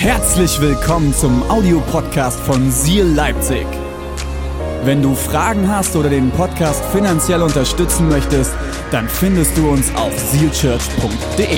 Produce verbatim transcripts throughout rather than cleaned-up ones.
Herzlich willkommen zum Audiopodcast von Seal Leipzig. Wenn du Fragen hast oder den Podcast finanziell unterstützen möchtest, dann findest du uns auf seal church punkt de.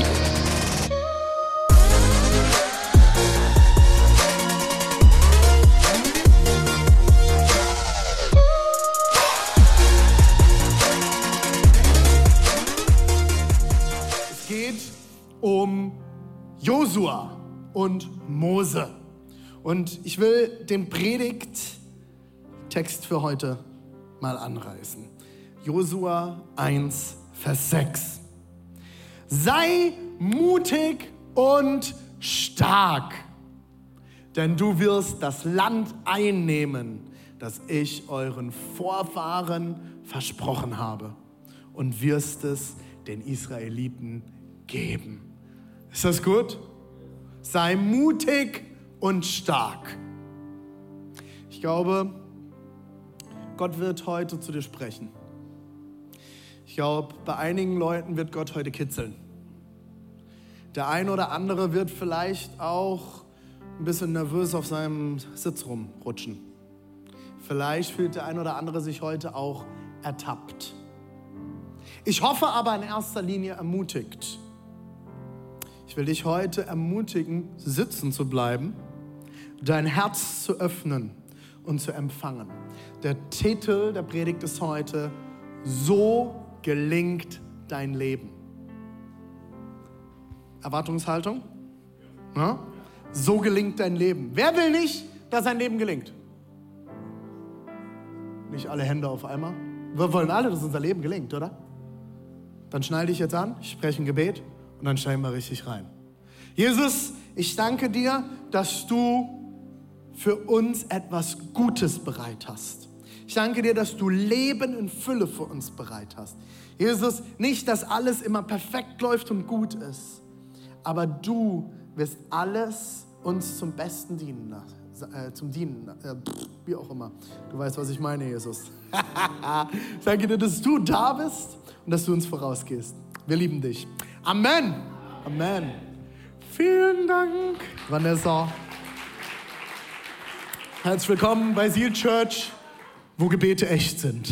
Es geht um Josua und Mose. Und ich will den Predigttext für heute mal anreißen. Josua eins, Vers sechs. Sei mutig und stark, denn du wirst das Land einnehmen, das ich euren Vorfahren versprochen habe, und wirst es den Israeliten geben. Ist das gut? Sei mutig und stark. Ich glaube, Gott wird heute zu dir sprechen. Ich glaube, bei einigen Leuten wird Gott heute kitzeln. Der eine oder andere wird vielleicht auch ein bisschen nervös auf seinem Sitz rumrutschen. Vielleicht fühlt der eine oder andere sich heute auch ertappt. Ich hoffe aber in erster Linie ermutigt. Ich will dich heute ermutigen, sitzen zu bleiben, dein Herz zu öffnen und zu empfangen. Der Titel der Predigt ist heute: So gelingt dein Leben. Erwartungshaltung? Ja? So gelingt dein Leben. Wer will nicht, dass sein Leben gelingt? Nicht alle Hände auf einmal. Wir wollen alle, dass unser Leben gelingt, oder? Dann schnall dich jetzt an, ich spreche ein Gebet. Und dann steigen wir richtig rein. Jesus, ich danke dir, dass du für uns etwas Gutes bereit hast. Ich danke dir, dass du Leben in Fülle für uns bereit hast. Jesus, nicht, dass alles immer perfekt läuft und gut ist, aber du wirst alles uns zum Besten dienen lassen. Äh, zum Dienen, äh, wie auch immer. Du weißt, was ich meine, Jesus. Ich danke dir, dass du da bist und dass du uns vorausgehst. Wir lieben dich. Amen. Amen. Vielen Dank, Vanessa. Herzlich willkommen bei Seal Church, wo Gebete echt sind.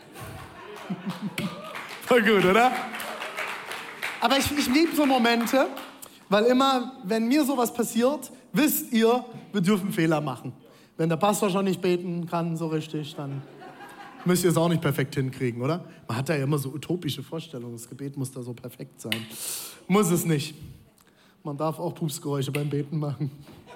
Voll gut, oder? Aber ich, ich liebe so Momente, weil immer, wenn mir sowas passiert, wisst ihr, wir dürfen Fehler machen. Wenn der Pastor schon nicht beten kann so richtig, dann müsst ihr es auch nicht perfekt hinkriegen, oder? Man hat da ja immer so utopische Vorstellungen, das Gebet muss da so perfekt sein. Muss es nicht. Man darf auch Pupsgeräusche beim Beten machen.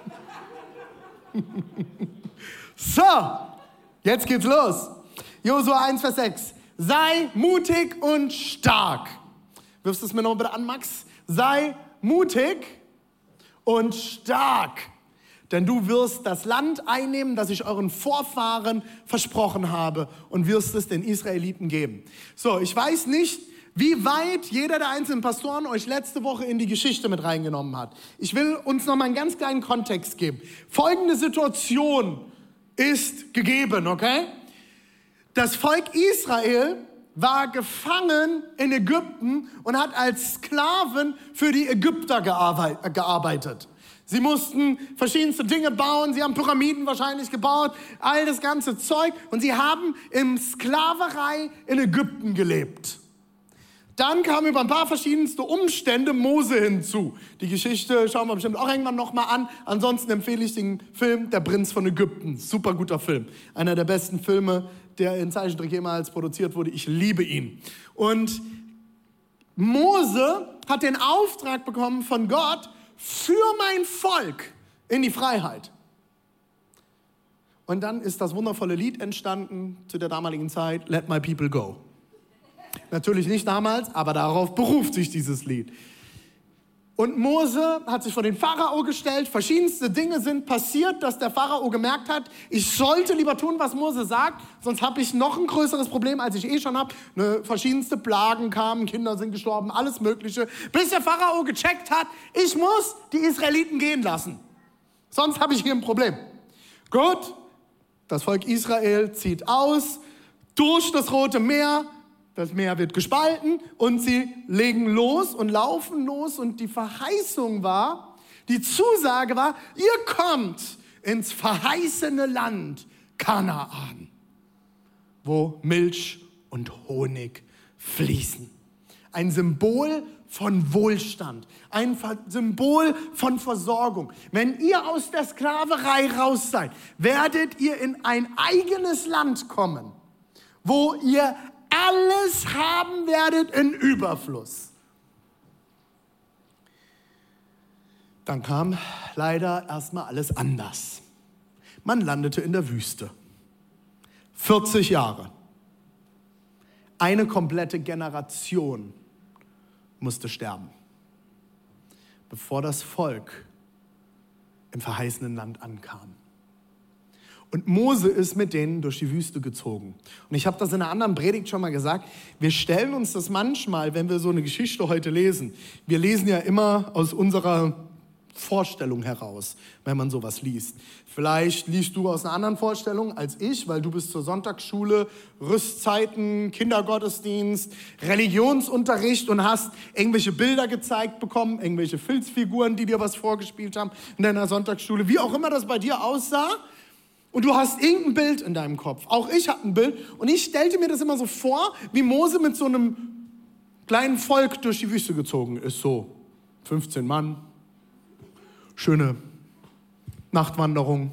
So, jetzt geht's los. Josua eins, Vers sechs. Sei mutig und stark. Wirfst du es mir noch bitte an, Max? Sei mutig und stark. Denn du wirst das Land einnehmen, das ich euren Vorfahren versprochen habe, und wirst es den Israeliten geben. So, ich weiß nicht, wie weit jeder der einzelnen Pastoren euch letzte Woche in die Geschichte mit reingenommen hat. Ich will uns noch mal einen ganz kleinen Kontext geben. Folgende Situation ist gegeben, okay? Das Volk Israel war gefangen in Ägypten und hat als Sklaven für die Ägypter gearbeitet. Sie mussten verschiedenste Dinge bauen, sie haben Pyramiden wahrscheinlich gebaut, all das ganze Zeug, und sie haben in Sklaverei in Ägypten gelebt. Dann kamen über ein paar verschiedenste Umstände Mose hinzu. Die Geschichte schauen wir bestimmt auch irgendwann nochmal an. Ansonsten empfehle ich den Film Der Prinz von Ägypten. Super guter Film. Einer der besten Filme, der in Zeichentrick jemals produziert wurde. Ich liebe ihn. Und Mose hat den Auftrag bekommen von Gott: für mein Volk in die Freiheit. Und dann ist das wundervolle Lied entstanden zu der damaligen Zeit: Let my people go. Natürlich nicht damals, aber darauf beruft sich dieses Lied. Und Mose hat sich vor den Pharao gestellt. Verschiedenste Dinge sind passiert, dass der Pharao gemerkt hat, ich sollte lieber tun, was Mose sagt, sonst habe ich noch ein größeres Problem, als ich eh schon habe. Ne, verschiedenste Plagen kamen, Kinder sind gestorben, alles Mögliche. Bis der Pharao gecheckt hat, ich muss die Israeliten gehen lassen. Sonst habe ich hier ein Problem. Gut, das Volk Israel zieht aus durch das Rote Meer. Das Meer wird gespalten und sie legen los und laufen los. Und die Verheißung war, Die Zusage war, ihr kommt ins verheißene Land Kanaan, wo Milch und Honig fließen. Ein Symbol von Wohlstand, ein Symbol von Versorgung. Wenn ihr aus der Sklaverei raus seid, werdet ihr in ein eigenes Land kommen, wo ihr alles haben werdet in Überfluss. Dann kam leider erstmal alles anders. Man landete in der Wüste. vierzig Jahre. Eine komplette Generation musste sterben, bevor das Volk im verheißenen Land ankam. Und Mose ist mit denen durch die Wüste gezogen. Und ich habe das in einer anderen Predigt schon mal gesagt. Wir stellen uns das manchmal, wenn wir so eine Geschichte heute lesen. Wir lesen ja immer aus unserer Vorstellung heraus, wenn man sowas liest. Vielleicht liest du aus einer anderen Vorstellung als ich, weil du bist zur Sonntagsschule, Rüstzeiten, Kindergottesdienst, Religionsunterricht und hast irgendwelche Bilder gezeigt bekommen, irgendwelche Filzfiguren, die dir was vorgespielt haben in deiner Sonntagsschule, wie auch immer das bei dir aussah. Und du hast irgendein Bild in deinem Kopf. Auch ich habe ein Bild. Und ich stellte mir das immer so vor, wie Mose mit so einem kleinen Volk durch die Wüste gezogen ist. So fünfzehn Mann. Schöne Nachtwanderung.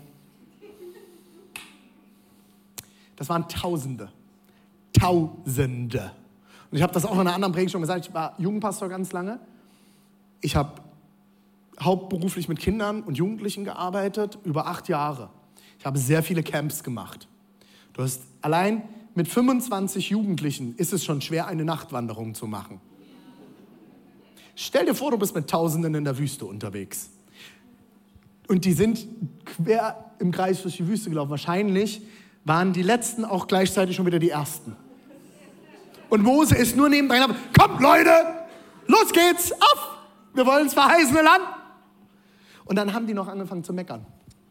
Das waren Tausende. Tausende. Und ich habe das auch in einer anderen Predigt schon gesagt. Ich war Jugendpastor ganz lange. Ich habe hauptberuflich mit Kindern und Jugendlichen gearbeitet, über acht Jahre. Ich habe sehr viele Camps gemacht. Du hast allein mit fünfundzwanzig Jugendlichen ist es schon schwer, eine Nachtwanderung zu machen. Stell dir vor, du bist mit Tausenden in der Wüste unterwegs. Und die sind quer im Kreis durch die Wüste gelaufen. Wahrscheinlich waren die Letzten auch gleichzeitig schon wieder die Ersten. Und Mose ist nur nebendran. Kommt Leute, los geht's, auf! Wir wollen ins verheißene Land. Und dann haben die noch angefangen zu meckern.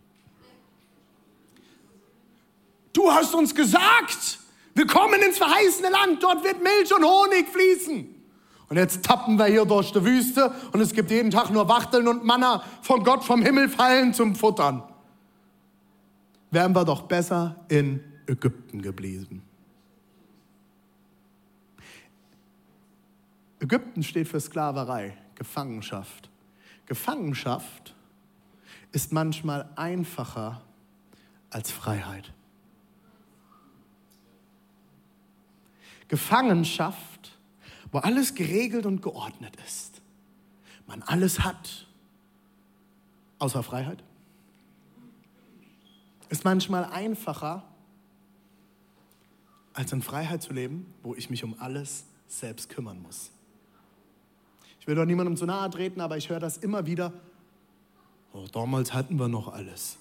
Du hast uns gesagt, wir kommen ins verheißene Land, dort wird Milch und Honig fließen. Und jetzt tappen wir hier durch die Wüste und es gibt jeden Tag nur Wachteln und Manna von Gott vom Himmel fallen zum Futtern. Wären wir doch besser in Ägypten geblieben. Ägypten steht für Sklaverei, Gefangenschaft. Gefangenschaft ist manchmal einfacher als Freiheit. Gefangenschaft, wo alles geregelt und geordnet ist. Man alles hat, außer Freiheit. Ist manchmal einfacher, als in Freiheit zu leben, wo ich mich um alles selbst kümmern muss. Ich will doch niemandem zu nahe treten, aber ich höre das immer wieder. Oh, damals hatten wir noch alles.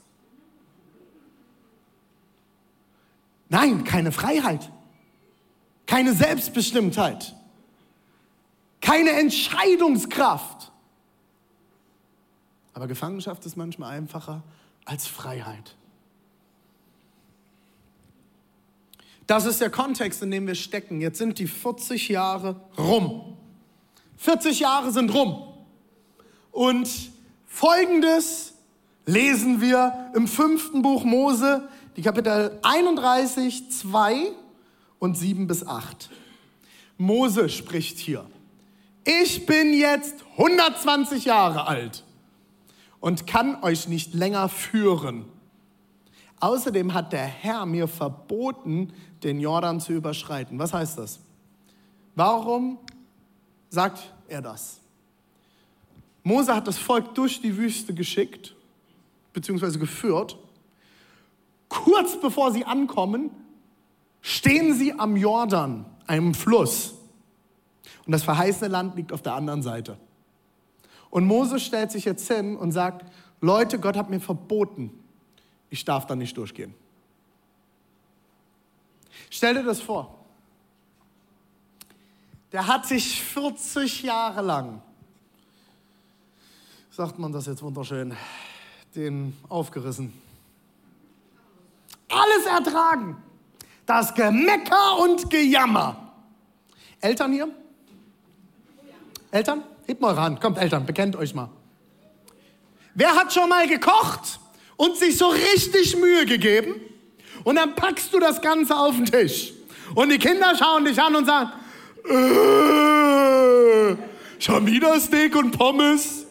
Nein, keine Freiheit. Keine Selbstbestimmtheit. Keine Entscheidungskraft. Aber Gefangenschaft ist manchmal einfacher als Freiheit. Das ist der Kontext, in dem wir stecken. Jetzt sind die vierzig Jahre rum. vierzig Jahre sind rum. Und Folgendes lesen wir im fünften Buch Mose, die Kapitel einunddreißig, zwei und sieben bis acht. Mose spricht hier. Ich bin jetzt hundertzwanzig Jahre alt und kann euch nicht länger führen. Außerdem hat der Herr mir verboten, den Jordan zu überschreiten. Was heißt das? Warum sagt er das? Mose hat das Volk durch die Wüste geschickt, beziehungsweise geführt. Kurz bevor sie ankommen, stehen sie am Jordan, einem Fluss. Und das verheißene Land liegt auf der anderen Seite. Und Mose stellt sich jetzt hin und sagt, Leute, Gott hat mir verboten, ich darf da nicht durchgehen. Stell dir das vor. Der hat sich vierzig Jahre lang, sagt man das jetzt wunderschön, den aufgerissen. Alles ertragen. Das Gemecker und Gejammer. Eltern hier? Eltern? Hebt mal ran. Kommt, Eltern, bekennt euch mal. Wer hat schon mal gekocht und sich so richtig Mühe gegeben? Und dann packst du das Ganze auf den Tisch. Und die Kinder schauen dich an und sagen, äh, schon wieder Steak und Pommes?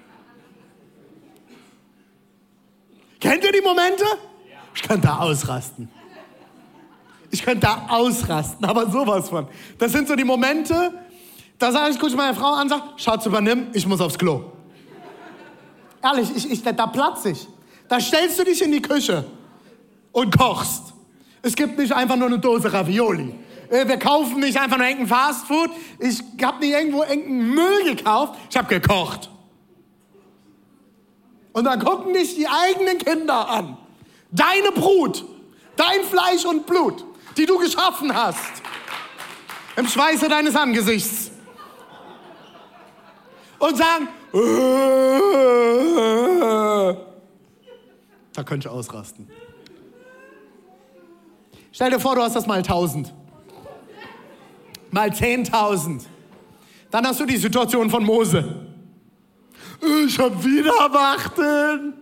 Kennt ihr die Momente? Ich könnte da ausrasten. Ich könnte da ausrasten, aber sowas von. Das sind so die Momente, da sage ich, gucke ich meine Frau an und sage, Schatz, übernimm, ich muss aufs Klo. Ehrlich, ich, ich, da platze ich. Da stellst du dich in die Küche und kochst. Es gibt nicht einfach nur eine Dose Ravioli. Wir kaufen nicht einfach nur irgendein Fastfood. Ich habe nicht irgendwo irgendeinen Müll gekauft. Ich habe gekocht. Und dann gucken dich die eigenen Kinder an. Deine Brut, dein Fleisch und Blut, die du geschaffen hast. Im Schweiße deines Angesichts. Und sagen, äh, da könnte ich ausrasten. Stell dir vor, du hast das mal tausend. Mal zehntausend. Dann hast du die Situation von Mose. Ich hab wieder warten.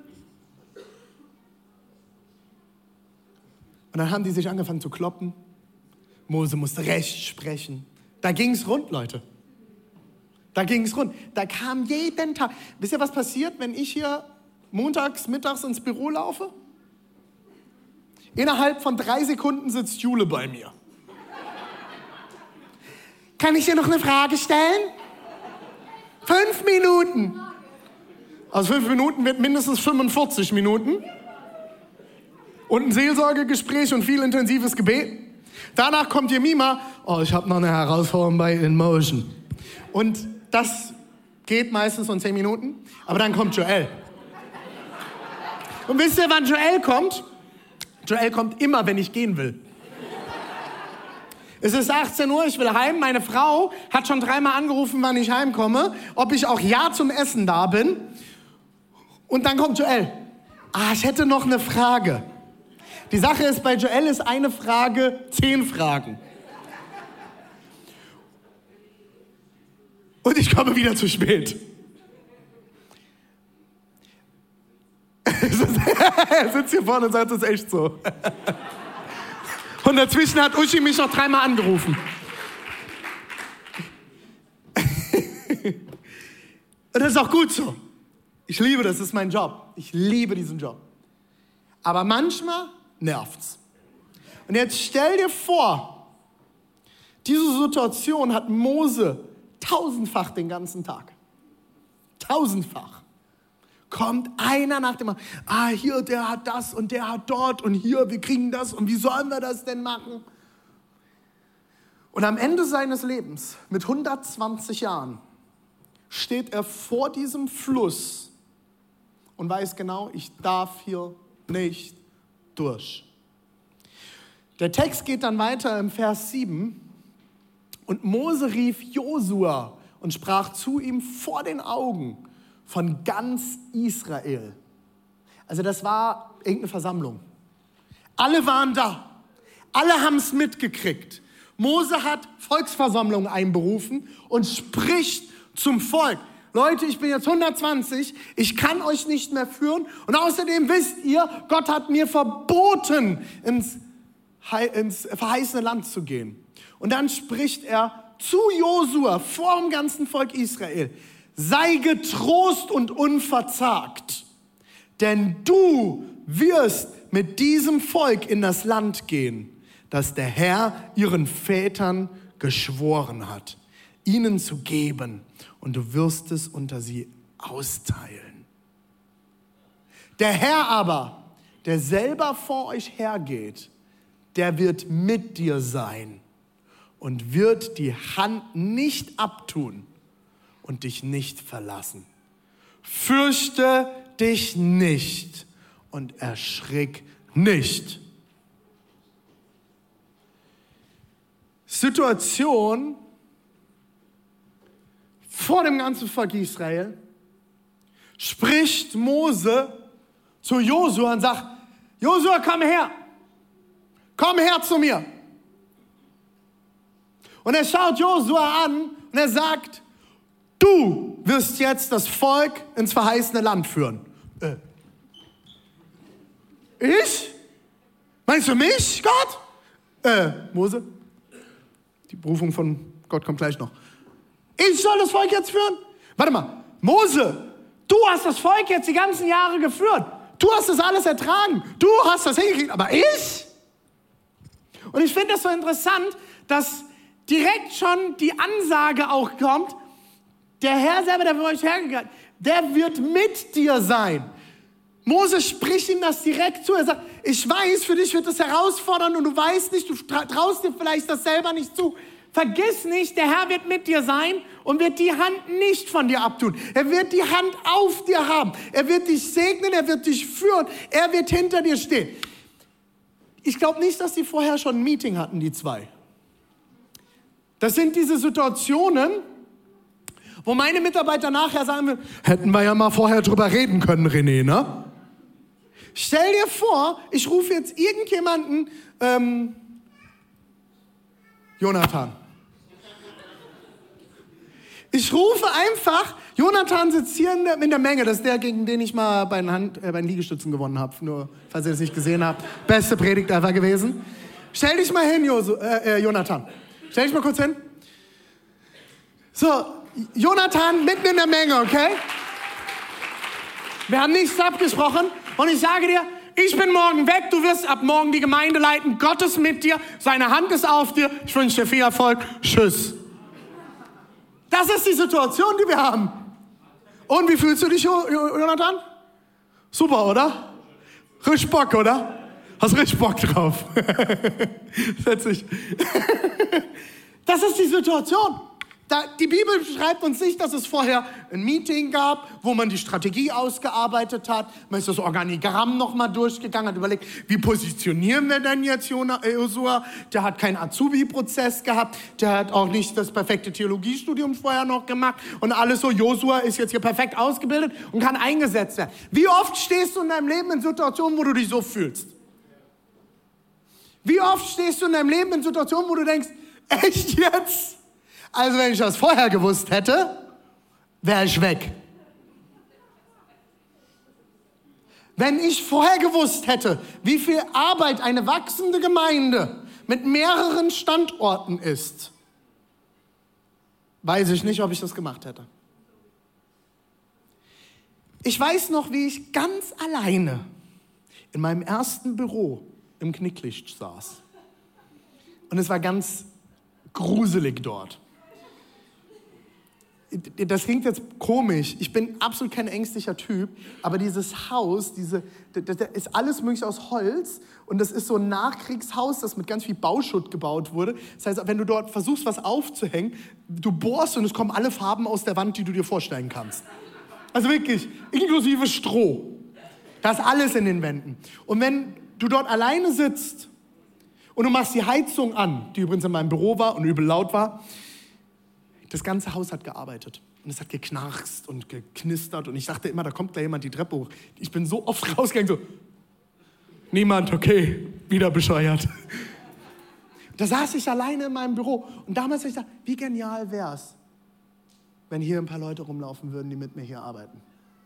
Und dann haben die sich angefangen zu kloppen. Mose musste Recht sprechen. Da ging's rund, Leute. Da ging's rund. Da kam jeden Tag. Wisst ihr, was passiert, wenn ich hier montags, mittags ins Büro laufe? Innerhalb von drei Sekunden sitzt Jule bei mir. Kann ich dir noch eine Frage stellen? Fünf Minuten. Aus fünf Minuten wird mindestens fünfundvierzig Minuten. Und ein Seelsorgegespräch und viel intensives Gebet. Danach kommt Jemima, oh, ich habe noch eine Herausforderung bei InMotion. Und das geht meistens so in zehn Minuten. Aber dann kommt Joel. Und wisst ihr, wann Joel kommt? Joel kommt immer, wenn ich gehen will. Es ist achtzehn Uhr, ich will heim. Meine Frau hat schon dreimal angerufen, wann ich heimkomme, ob ich auch ja zum Essen da bin. Und dann kommt Joel. Ah, ich hätte noch eine Frage. Die Sache ist, bei Joel ist eine Frage zehn Fragen. Und ich komme wieder zu spät. Er sitzt hier vorne und sagt, das ist echt so. Und dazwischen hat Uschi mich noch dreimal angerufen. Und das ist auch gut so. Ich liebe das, das ist mein Job. Ich liebe diesen Job. Aber manchmal nervt's. Und jetzt stell dir vor, diese Situation hat Mose tausendfach den ganzen Tag. Tausendfach. Kommt einer nach dem anderen. Ah, hier, der hat das und der hat dort und hier, wir kriegen das und wie sollen wir das denn machen? Und am Ende seines Lebens, mit hundertzwanzig Jahren, steht er vor diesem Fluss und weiß genau, ich darf hier nicht durch. Der Text geht dann weiter im Vers sieben. Und Mose rief Josua und sprach zu ihm vor den Augen von ganz Israel. Also das war irgendeine Versammlung. Alle waren da. Alle haben es mitgekriegt. Mose hat Volksversammlungen einberufen und spricht zum Volk. Leute, ich bin jetzt hundertzwanzig, ich kann euch nicht mehr führen. Und außerdem wisst ihr, Gott hat mir verboten, ins, ins verheißene Land zu gehen. Und dann spricht er zu Josua vor dem ganzen Volk Israel. Sei getrost und unverzagt, denn du wirst mit diesem Volk in das Land gehen, das der Herr ihren Vätern geschworen hat, ihnen zu geben, und du wirst es unter sie austeilen. Der Herr aber, der selber vor euch hergeht, der wird mit dir sein und wird die Hand nicht abtun und dich nicht verlassen. Fürchte dich nicht und erschrick nicht. Situation vor dem ganzen Volk Israel spricht Mose zu Josua und sagt, Josua, komm her, komm her zu mir. Und er schaut Josua an und er sagt, du wirst jetzt das Volk ins verheißene Land führen. Äh. Ich? Meinst du mich, Gott? Äh, Mose? Die Berufung von Gott kommt gleich noch. Ich soll das Volk jetzt führen? Warte mal, Mose, du hast das Volk jetzt die ganzen Jahre geführt. Du hast das alles ertragen. Du hast das hingekriegt, aber ich? Und ich finde das so interessant, dass direkt schon die Ansage auch kommt, der Herr selber, der für euch hergegangen, der wird mit dir sein. Mose spricht ihm das direkt zu. Er sagt, ich weiß, für dich wird das herausfordern und du weißt nicht, du traust dir vielleicht das selber nicht zu. Vergiss nicht, der Herr wird mit dir sein und wird die Hand nicht von dir abtun. Er wird die Hand auf dir haben. Er wird dich segnen, er wird dich führen, er wird hinter dir stehen. Ich glaube nicht, dass die vorher schon ein Meeting hatten, die zwei. Das sind diese Situationen, wo meine Mitarbeiter nachher sagen, hätten wir ja mal vorher drüber reden können, René, ne? Stell dir vor, ich rufe jetzt irgendjemanden, ähm, Jonathan. Ich rufe einfach, Jonathan sitzt hier in der, in der Menge, das ist der, gegen den ich mal bei den, Hand, äh, bei den Liegestützen gewonnen habe, nur falls ihr das nicht gesehen habt. Beste Predigt ever gewesen. Stell dich mal hin, Josu, äh, äh, Jonathan. Stell dich mal kurz hin. So, Jonathan mitten in der Menge, okay? Wir haben nichts abgesprochen und ich sage dir, ich bin morgen weg, du wirst ab morgen die Gemeinde leiten, Gott ist mit dir, seine Hand ist auf dir, ich wünsche dir viel Erfolg, tschüss. Das ist die Situation, die wir haben. Und wie fühlst du dich, Jonathan? Super, oder? Richtig Bock, oder? Hast richtig Bock drauf. Setz dich. Das ist die Situation. Da, die Bibel schreibt uns nicht, dass es vorher ein Meeting gab, wo man die Strategie ausgearbeitet hat. Man ist das Organigramm nochmal durchgegangen, hat überlegt, wie positionieren wir denn jetzt Josua? Der hat keinen Azubi-Prozess gehabt, der hat auch nicht das perfekte Theologiestudium vorher noch gemacht und alles so, Josua ist jetzt hier perfekt ausgebildet und kann eingesetzt werden. Wie oft stehst du in deinem Leben in Situationen, wo du dich so fühlst? Wie oft stehst du in deinem Leben in Situationen, wo du denkst, echt jetzt? Also wenn ich das vorher gewusst hätte, wäre ich weg. Wenn ich vorher gewusst hätte, wie viel Arbeit eine wachsende Gemeinde mit mehreren Standorten ist, weiß ich nicht, ob ich das gemacht hätte. Ich weiß noch, wie ich ganz alleine in meinem ersten Büro im Knicklicht saß. Und es war ganz gruselig dort. Das klingt jetzt komisch. Ich bin absolut kein ängstlicher Typ, aber dieses Haus, diese, das ist alles möglich aus Holz und das ist so ein Nachkriegshaus, das mit ganz viel Bauschutt gebaut wurde. Das heißt, wenn du dort versuchst, was aufzuhängen, du bohrst und es kommen alle Farben aus der Wand, die du dir vorstellen kannst. Also wirklich, inklusive Stroh. Da ist alles in den Wänden. Und wenn du dort alleine sitzt und du machst die Heizung an, die übrigens in meinem Büro war und übel laut war, das ganze Haus hat gearbeitet und es hat geknarkst und geknistert und ich dachte immer, da kommt gleich jemand die Treppe hoch. Ich bin so oft rausgegangen, so, niemand, okay, wieder bescheuert. Da saß ich alleine in meinem Büro und damals habe ich gedacht, wie genial wäre es, wenn hier ein paar Leute rumlaufen würden, die mit mir hier arbeiten.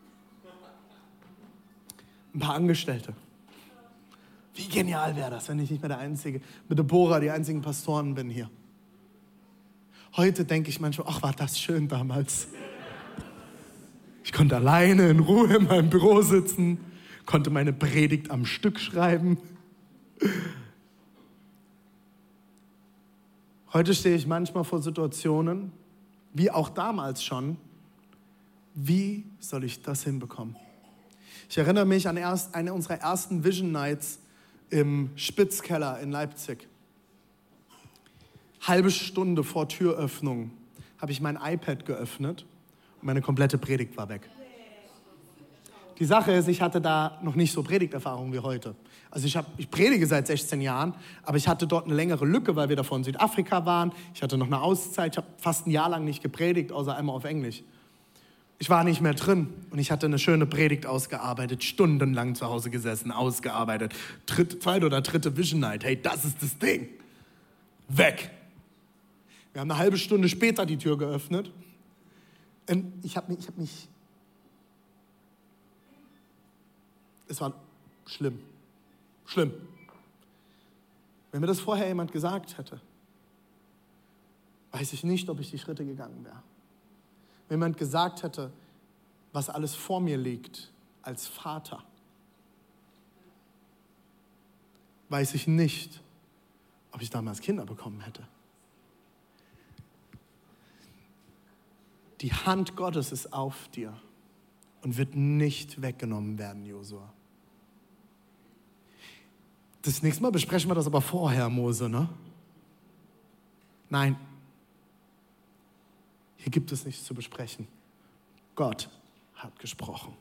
Ein paar Angestellte. Wie genial wäre das, wenn ich nicht mehr der Einzige, mit Deborah die einzigen Pastoren bin hier. Heute denke ich manchmal, ach, war das schön damals. Ich konnte alleine in Ruhe in meinem Büro sitzen, konnte meine Predigt am Stück schreiben. Heute stehe ich manchmal vor Situationen, wie auch damals schon, wie soll ich das hinbekommen? Ich erinnere mich an erst, eine unserer ersten Vision Nights im Spitzkeller in Leipzig. Halbe Stunde vor Türöffnung habe ich mein iPad geöffnet und meine komplette Predigt war weg. Die Sache ist, ich hatte da noch nicht so Predigterfahrung wie heute. Also ich, hab, ich predige seit sechzehn Jahren, aber ich hatte dort eine längere Lücke, weil wir davor in Südafrika waren. Ich hatte noch eine Auszeit, ich habe fast ein Jahr lang nicht gepredigt, außer einmal auf Englisch. Ich war nicht mehr drin und ich hatte eine schöne Predigt ausgearbeitet, stundenlang zu Hause gesessen, ausgearbeitet. Dritte, zweite oder dritte Vision Night, hey, das ist das Ding. Weg. Wir haben eine halbe Stunde später die Tür geöffnet. Und ich habe mich, ich hab mich Es war schlimm. Schlimm. Wenn mir das vorher jemand gesagt hätte, weiß ich nicht, ob ich die Schritte gegangen wäre. Wenn jemand gesagt hätte, was alles vor mir liegt als Vater, weiß ich nicht, ob ich damals Kinder bekommen hätte. Die Hand Gottes ist auf dir und wird nicht weggenommen werden, Josua. Das nächste Mal besprechen wir das aber vorher, Mose, ne? Nein. Hier gibt es nichts zu besprechen. Gott hat gesprochen.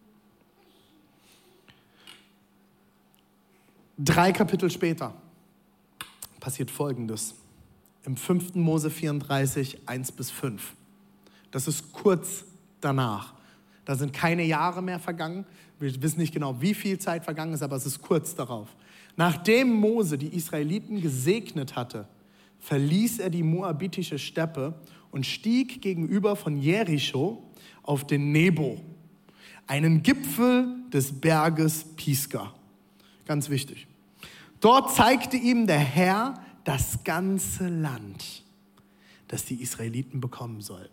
Drei Kapitel später passiert Folgendes. Im fünften Mose vierunddreißig, eins bis fünf. Das ist kurz danach. Da sind keine Jahre mehr vergangen. Wir wissen nicht genau, wie viel Zeit vergangen ist, aber es ist kurz darauf. Nachdem Mose die Israeliten gesegnet hatte, verließ er die moabitische Steppe und stieg gegenüber von Jericho auf den Nebo, einen Gipfel des Berges Pisgah. Ganz wichtig. Dort zeigte ihm der Herr das ganze Land, das die Israeliten bekommen sollten.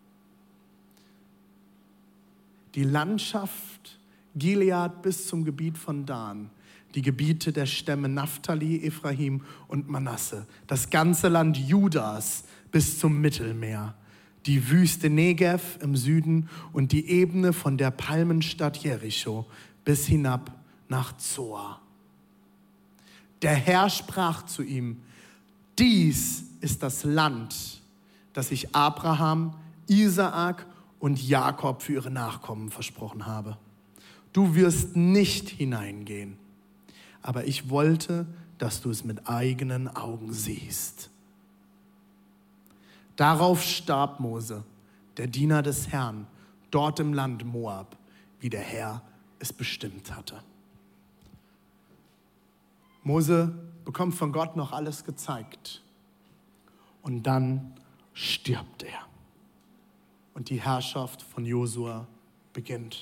Die Landschaft Gilead bis zum Gebiet von Dan, die Gebiete der Stämme Naphtali, Ephraim und Manasse, das ganze Land Judas bis zum Mittelmeer, die Wüste Negev im Süden und die Ebene von der Palmenstadt Jericho bis hinab nach Zoar. Der Herr sprach zu ihm: Dies ist das Land, das ich Abraham, Isaak und Jakob für ihre Nachkommen versprochen habe. Du wirst nicht hineingehen, aber ich wollte, dass du es mit eigenen Augen siehst. Darauf starb Mose, der Diener des Herrn, dort im Land Moab, wie der Herr es bestimmt hatte. Mose bekommt von Gott noch alles gezeigt und dann stirbt er. Und die Herrschaft von Josua beginnt.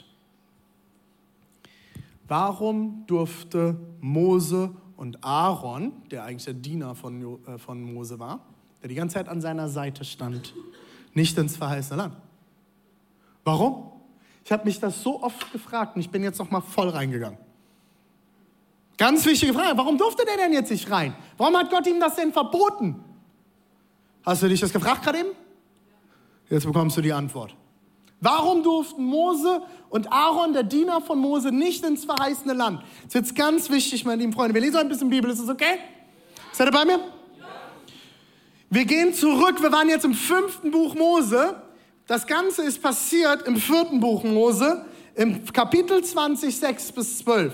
Warum durfte Mose und Aaron, der eigentlich der Diener von, jo, äh, von Mose war, der die ganze Zeit an seiner Seite stand, nicht ins verheißene Land? Warum? Ich habe mich das so oft gefragt und ich bin jetzt noch mal voll reingegangen. Ganz wichtige Frage, warum durfte der denn jetzt nicht rein? Warum hat Gott ihm das denn verboten? Hast du dich das gefragt gerade eben? Jetzt bekommst du die Antwort. Warum durften Mose und Aaron, der Diener von Mose, nicht ins verheißene Land? Das ist jetzt ganz wichtig, meine lieben Freunde. Wir lesen ein bisschen Bibel, ist das okay? Seid ihr bei mir? Ja. Wir gehen zurück, wir waren jetzt im fünften Buch Mose. Das Ganze ist passiert im vierten Buch Mose, im Kapitel zwanzig, sechs bis zwölf.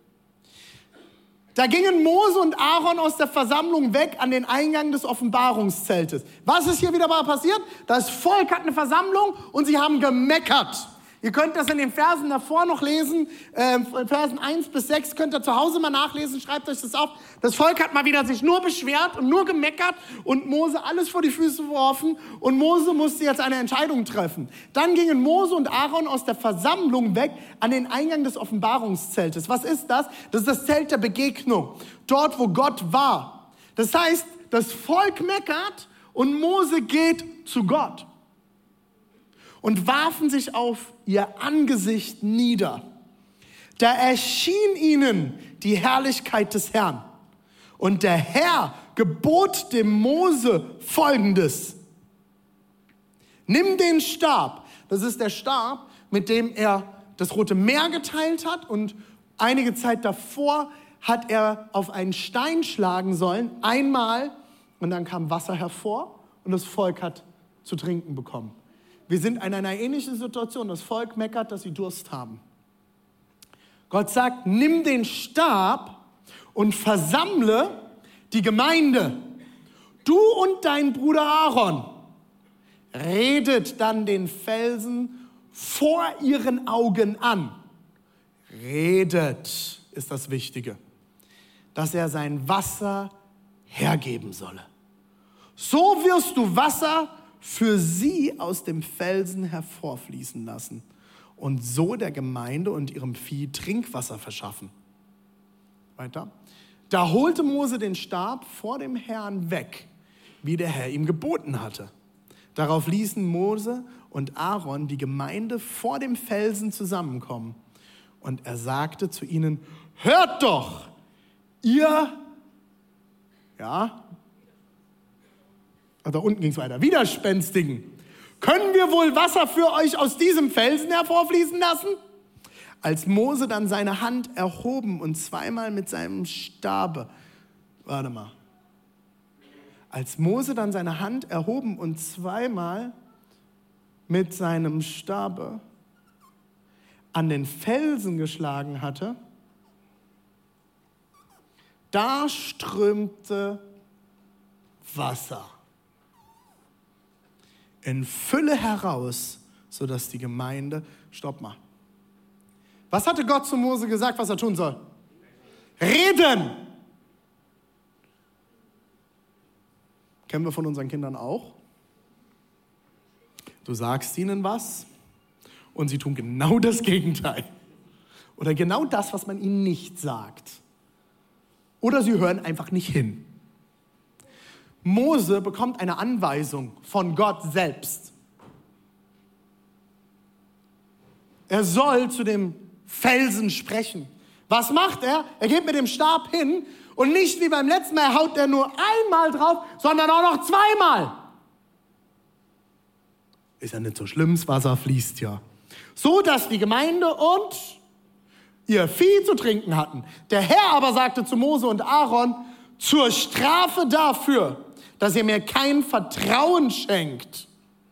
Da gingen Mose und Aaron aus der Versammlung weg an den Eingang des Offenbarungszeltes. Was ist hier wieder mal passiert? Das Volk hat eine Versammlung und sie haben gemeckert. Ihr könnt das in den Versen davor noch lesen, äh, Versen eins bis sechs könnt ihr zu Hause mal nachlesen, schreibt euch das auf. Das Volk hat mal wieder sich nur beschwert und nur gemeckert und Mose alles vor die Füße geworfen und Mose musste jetzt eine Entscheidung treffen. Dann gingen Mose und Aaron aus der Versammlung weg an den Eingang des Offenbarungszeltes. Was ist das? Das ist das Zelt der Begegnung, dort wo Gott war. Das heißt, das Volk meckert und Mose geht zu Gott. Und warfen sich auf ihr Angesicht nieder. Da erschien ihnen die Herrlichkeit des Herrn. Und der Herr gebot dem Mose Folgendes: Nimm den Stab. Das ist der Stab, mit dem er das Rote Meer geteilt hat. Und einige Zeit davor hat er auf einen Stein schlagen sollen. Einmal. Und dann kam Wasser hervor. Und das Volk hat zu trinken bekommen. Wir sind in einer ähnlichen Situation. Das Volk meckert, dass sie Durst haben. Gott sagt, nimm den Stab und versammle die Gemeinde. Du und dein Bruder Aaron. Redet dann den Felsen vor ihren Augen an. Redet ist das Wichtige. Dass er sein Wasser hergeben solle. So wirst du Wasser für sie aus dem Felsen hervorfließen lassen. und so der Gemeinde und ihrem Vieh Trinkwasser verschaffen. Weiter. Da holte Mose den Stab vor dem Herrn weg, wie der Herr ihm geboten hatte. Darauf ließen Mose und Aaron die Gemeinde vor dem Felsen zusammenkommen. Und er sagte zu ihnen, hört doch, ihr, ja, da unten ging es weiter, Widerspenstigen, können wir wohl Wasser für euch aus diesem Felsen hervorfließen lassen? Als Mose dann seine Hand erhoben und zweimal mit seinem Stabe, warte mal, als Mose dann seine Hand erhoben und zweimal mit seinem Stabe an den Felsen geschlagen hatte, da strömte Wasser in Fülle heraus, sodass die Gemeinde, stopp mal. Was hatte Gott zu Mose gesagt, was er tun soll? Reden! Kennen wir von unseren Kindern auch. Du sagst ihnen was und sie tun genau das Gegenteil. Oder genau das, was man ihnen nicht sagt. Oder sie hören einfach nicht hin. Mose bekommt eine Anweisung von Gott selbst. Er soll zu dem Felsen sprechen. Was macht er? Er geht mit dem Stab hin und nicht wie beim letzten Mal haut er nur einmal drauf, sondern auch noch zweimal. Ist ja nicht so schlimm, das Wasser fließt ja. So, dass die Gemeinde und ihr Vieh zu trinken hatten. Der Herr aber sagte zu Mose und Aaron, zur Strafe dafür, dass ihr mir kein Vertrauen schenkt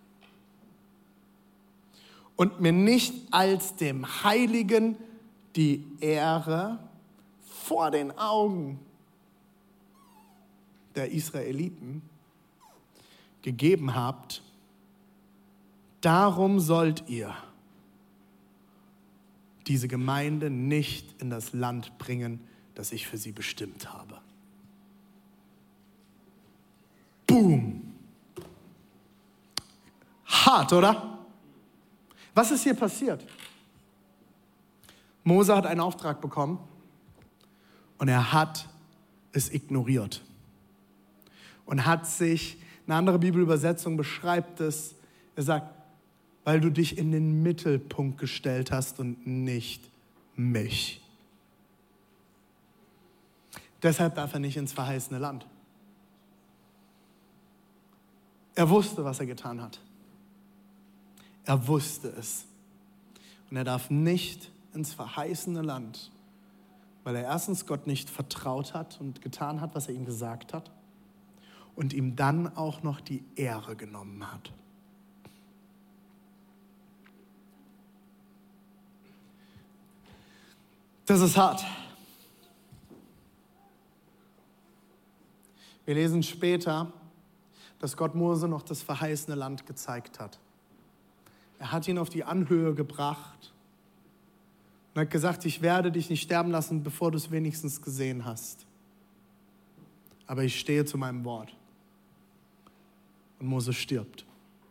und mir nicht als dem Heiligen die Ehre vor den Augen der Israeliten gegeben habt, darum sollt ihr diese Gemeinde nicht in das Land bringen, das ich für sie bestimmt habe. Boom. Hart, oder? Was ist hier passiert? Mose hat einen Auftrag bekommen und er hat es ignoriert und hat sich, eine andere Bibelübersetzung beschreibt es, er sagt, weil du dich in den Mittelpunkt gestellt hast und nicht mich. Deshalb darf er nicht ins verheißene Land. Er wusste, was er getan hat. Er wusste es. Und er darf nicht ins verheißene Land, weil er erstens Gott nicht vertraut hat und getan hat, was er ihm gesagt hat und ihm dann auch noch die Ehre genommen hat. Das ist hart. Wir lesen später, dass Gott Mose noch das verheißene Land gezeigt hat. Er hat ihn auf die Anhöhe gebracht und hat gesagt, ich werde dich nicht sterben lassen, bevor du es wenigstens gesehen hast. Aber ich stehe zu meinem Wort. Und Mose stirbt.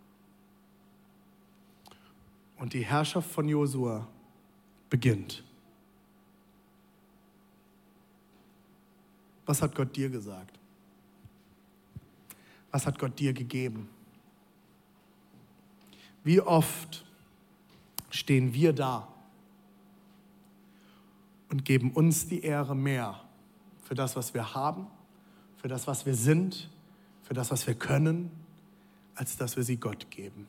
Und die Herrschaft von Josua beginnt. Was hat Gott dir gesagt? Was hat Gott dir gegeben? Wie oft stehen wir da und geben uns die Ehre mehr für das, was wir haben, für das, was wir sind, für das, was wir können, als dass wir sie Gott geben?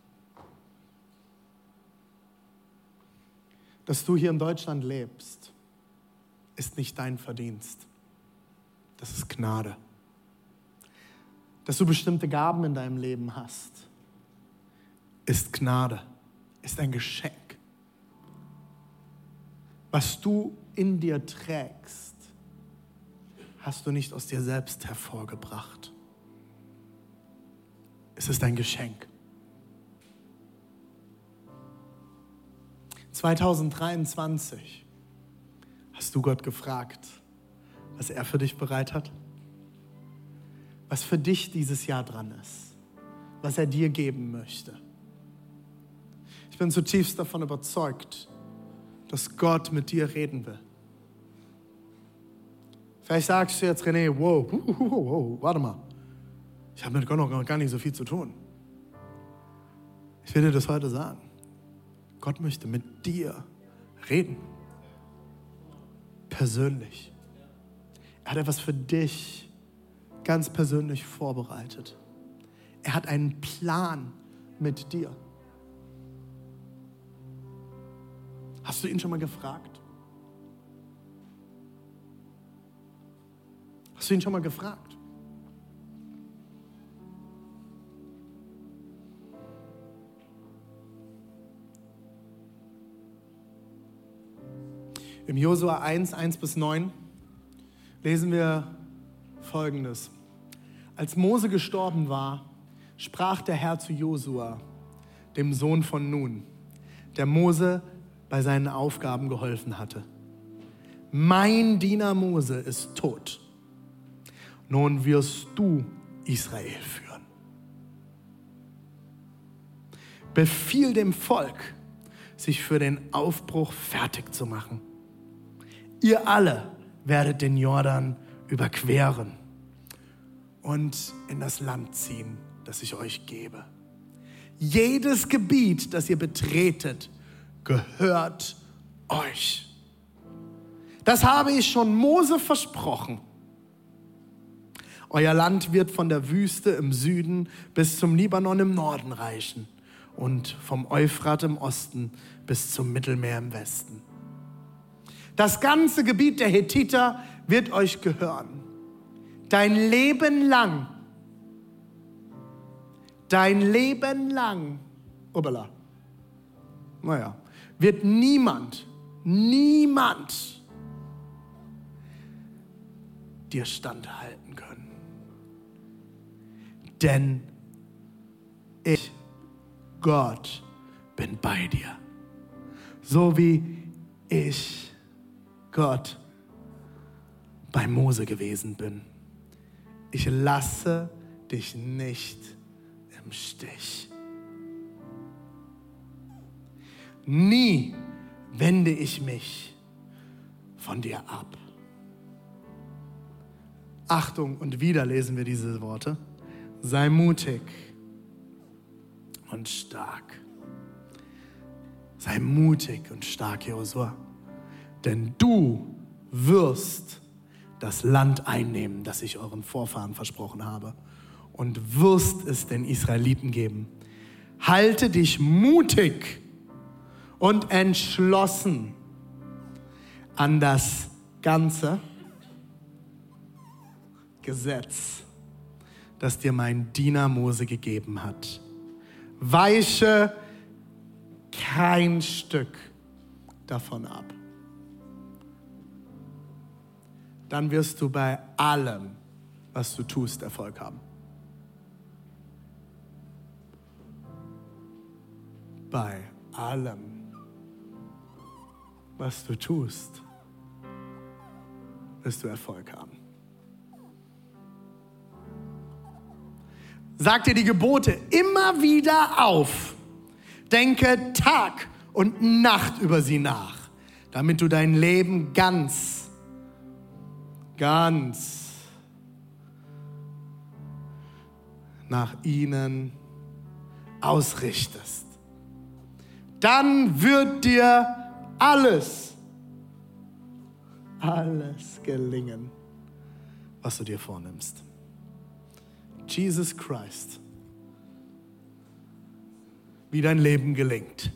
Dass du hier in Deutschland lebst, ist nicht dein Verdienst. Das ist Gnade. Dass du bestimmte Gaben in deinem Leben hast, ist Gnade, ist ein Geschenk. Was du in dir trägst, hast du nicht aus dir selbst hervorgebracht. Es ist ein Geschenk. zwanzig dreiundzwanzig hast du Gott gefragt, was er für dich bereit hat? Was für dich dieses Jahr dran ist, was er dir geben möchte. Ich Ich bin zutiefst davon überzeugt, dass Gott mit dir reden will. Vielleicht sagst du jetzt, René, wow, wow, wow, wow, warte mal. Ich habe mit Gott noch gar nicht so viel zu tun. Ich will dir das heute sagen. Gott möchte mit dir reden. Persönlich. Er hat etwas für dich ganz persönlich vorbereitet. Er hat einen Plan mit dir. Hast du ihn schon mal gefragt? Hast du ihn schon mal gefragt? Im Josua eins, eins bis neun lesen wir Folgendes. Als Mose gestorben war, sprach der Herr zu Josua, dem Sohn von Nun, der Mose bei seinen Aufgaben geholfen hatte. Mein Diener Mose ist tot. Nun wirst du Israel führen. Befiehl dem Volk, sich für den Aufbruch fertig zu machen. Ihr alle werdet den Jordan überqueren und in das Land ziehen, das ich euch gebe. Jedes Gebiet, das ihr betretet, gehört euch. Das habe ich schon Mose versprochen. Euer Land wird von der Wüste im Süden bis zum Libanon im Norden reichen und vom Euphrat im Osten bis zum Mittelmeer im Westen. Das ganze Gebiet der Hethiter wird euch gehören. Dein Leben lang, dein Leben lang, obala, naja, wird niemand, niemand dir standhalten können. Denn ich, Gott, bin bei dir. So wie ich, Gott, bei Mose gewesen bin. Ich lasse dich nicht im Stich. Nie wende ich mich von dir ab. Achtung, und wieder lesen wir diese Worte. Sei mutig und stark. Sei mutig und stark, Josua. Denn du wirst das Land einnehmen, das ich euren Vorfahren versprochen habe, und wirst es den Israeliten geben. Halte dich mutig und entschlossen an das ganze Gesetz, das dir mein Diener Mose gegeben hat. Weiche kein Stück davon ab. Dann wirst du bei allem, was du tust, Erfolg haben. Bei allem, was du tust, wirst du Erfolg haben. Sag dir die Gebote immer wieder auf. Denke Tag und Nacht über sie nach, damit du dein Leben ganz, ganz nach ihnen ausrichtest. Dann wird dir alles, alles gelingen, was du dir vornimmst. Jesus Christ, wie dein Leben gelingt.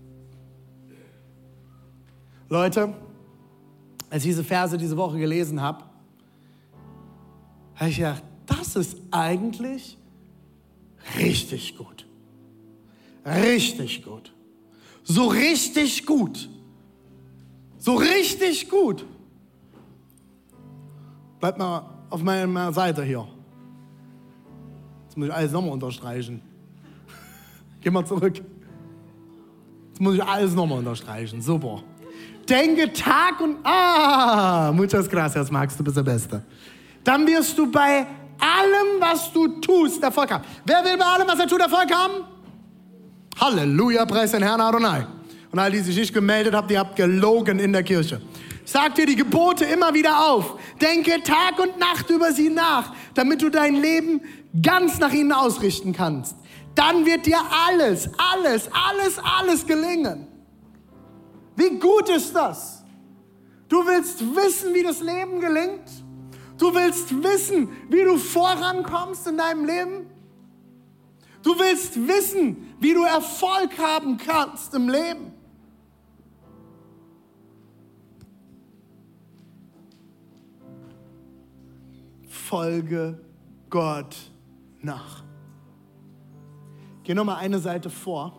Leute, als ich diese Verse diese Woche gelesen habe, habe ich gedacht, das ist eigentlich richtig gut. Richtig gut. So richtig gut. So richtig gut. Bleibt mal auf meiner Seite hier. Jetzt muss ich alles nochmal unterstreichen. Geh mal zurück. Jetzt muss ich alles nochmal unterstreichen. Super. Denke Tag und... Ah, muchas gracias, Max, du bist der Beste. Dann wirst du bei allem, was du tust, Erfolg haben. Wer will bei allem, was er tut, Erfolg haben? Halleluja, preis den Herrn Adonai. Und all die sich nicht gemeldet habt, ihr habt gelogen in der Kirche. Sag dir die Gebote immer wieder auf. Denke Tag und Nacht über sie nach, damit du dein Leben ganz nach ihnen ausrichten kannst. Dann wird dir alles, alles, alles, alles gelingen. Wie gut ist das? Du willst wissen, wie das Leben gelingt? Du willst wissen, wie du vorankommst in deinem Leben? Du willst wissen, wie du Erfolg haben kannst im Leben? Folge Gott nach. Geh nochmal eine Seite vor.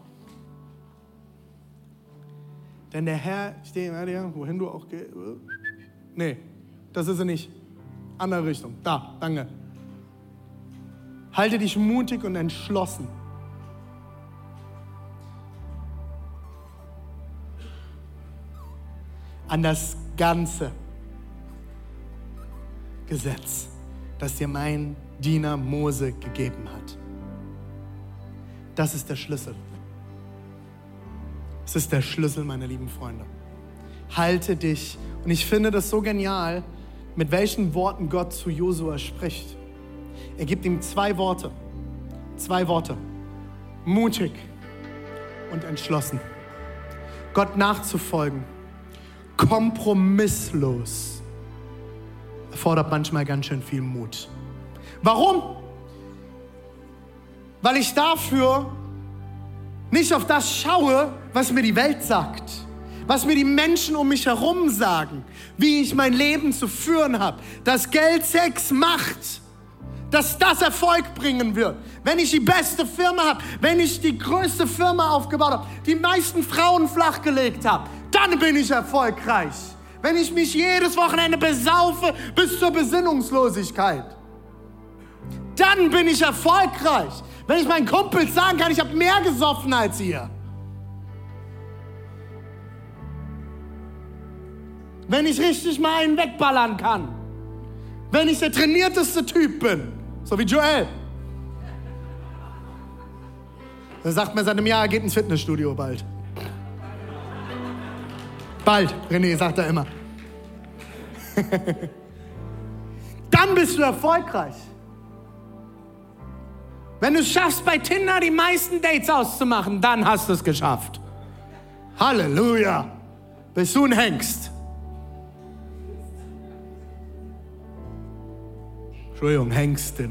Denn der Herr, ich stehe bei dir, wohin du auch gehst. Nee, das ist er nicht. Andere Richtung. Da, danke. Halte dich mutig und entschlossen. An das ganze Gesetz, das dir mein Diener Mose gegeben hat. Das ist der Schlüssel. Es ist der Schlüssel, meine lieben Freunde. Halte dich. Und ich finde das so genial, mit welchen Worten Gott zu Josua spricht. Er gibt ihm zwei Worte. Zwei Worte. Mutig und entschlossen. Gott nachzufolgen. Kompromisslos. Erfordert manchmal ganz schön viel Mut. Warum? Weil ich dafür nicht auf das schaue, was mir die Welt sagt, was mir die Menschen um mich herum sagen, wie ich mein Leben zu führen habe, dass Geld, Sex, Macht, dass das Erfolg bringen wird. Wenn ich die beste Firma habe, wenn ich die größte Firma aufgebaut habe, die meisten Frauen flachgelegt habe, dann bin ich erfolgreich. Wenn ich mich jedes Wochenende besaufe bis zur Besinnungslosigkeit, dann bin ich erfolgreich. Wenn ich meinen Kumpels sagen kann, ich habe mehr gesoffen als ihr. Wenn ich richtig mal einen wegballern kann. Wenn ich der trainierteste Typ bin. So wie Joel. Er sagt mir seit einem Jahr, er geht ins Fitnessstudio bald. Bald, René, sagt er immer. Dann bist du erfolgreich. Wenn du es schaffst, bei Tinder die meisten Dates auszumachen, dann hast du es geschafft. Halleluja. Bist du ein Hengst. Entschuldigung, Hengstin.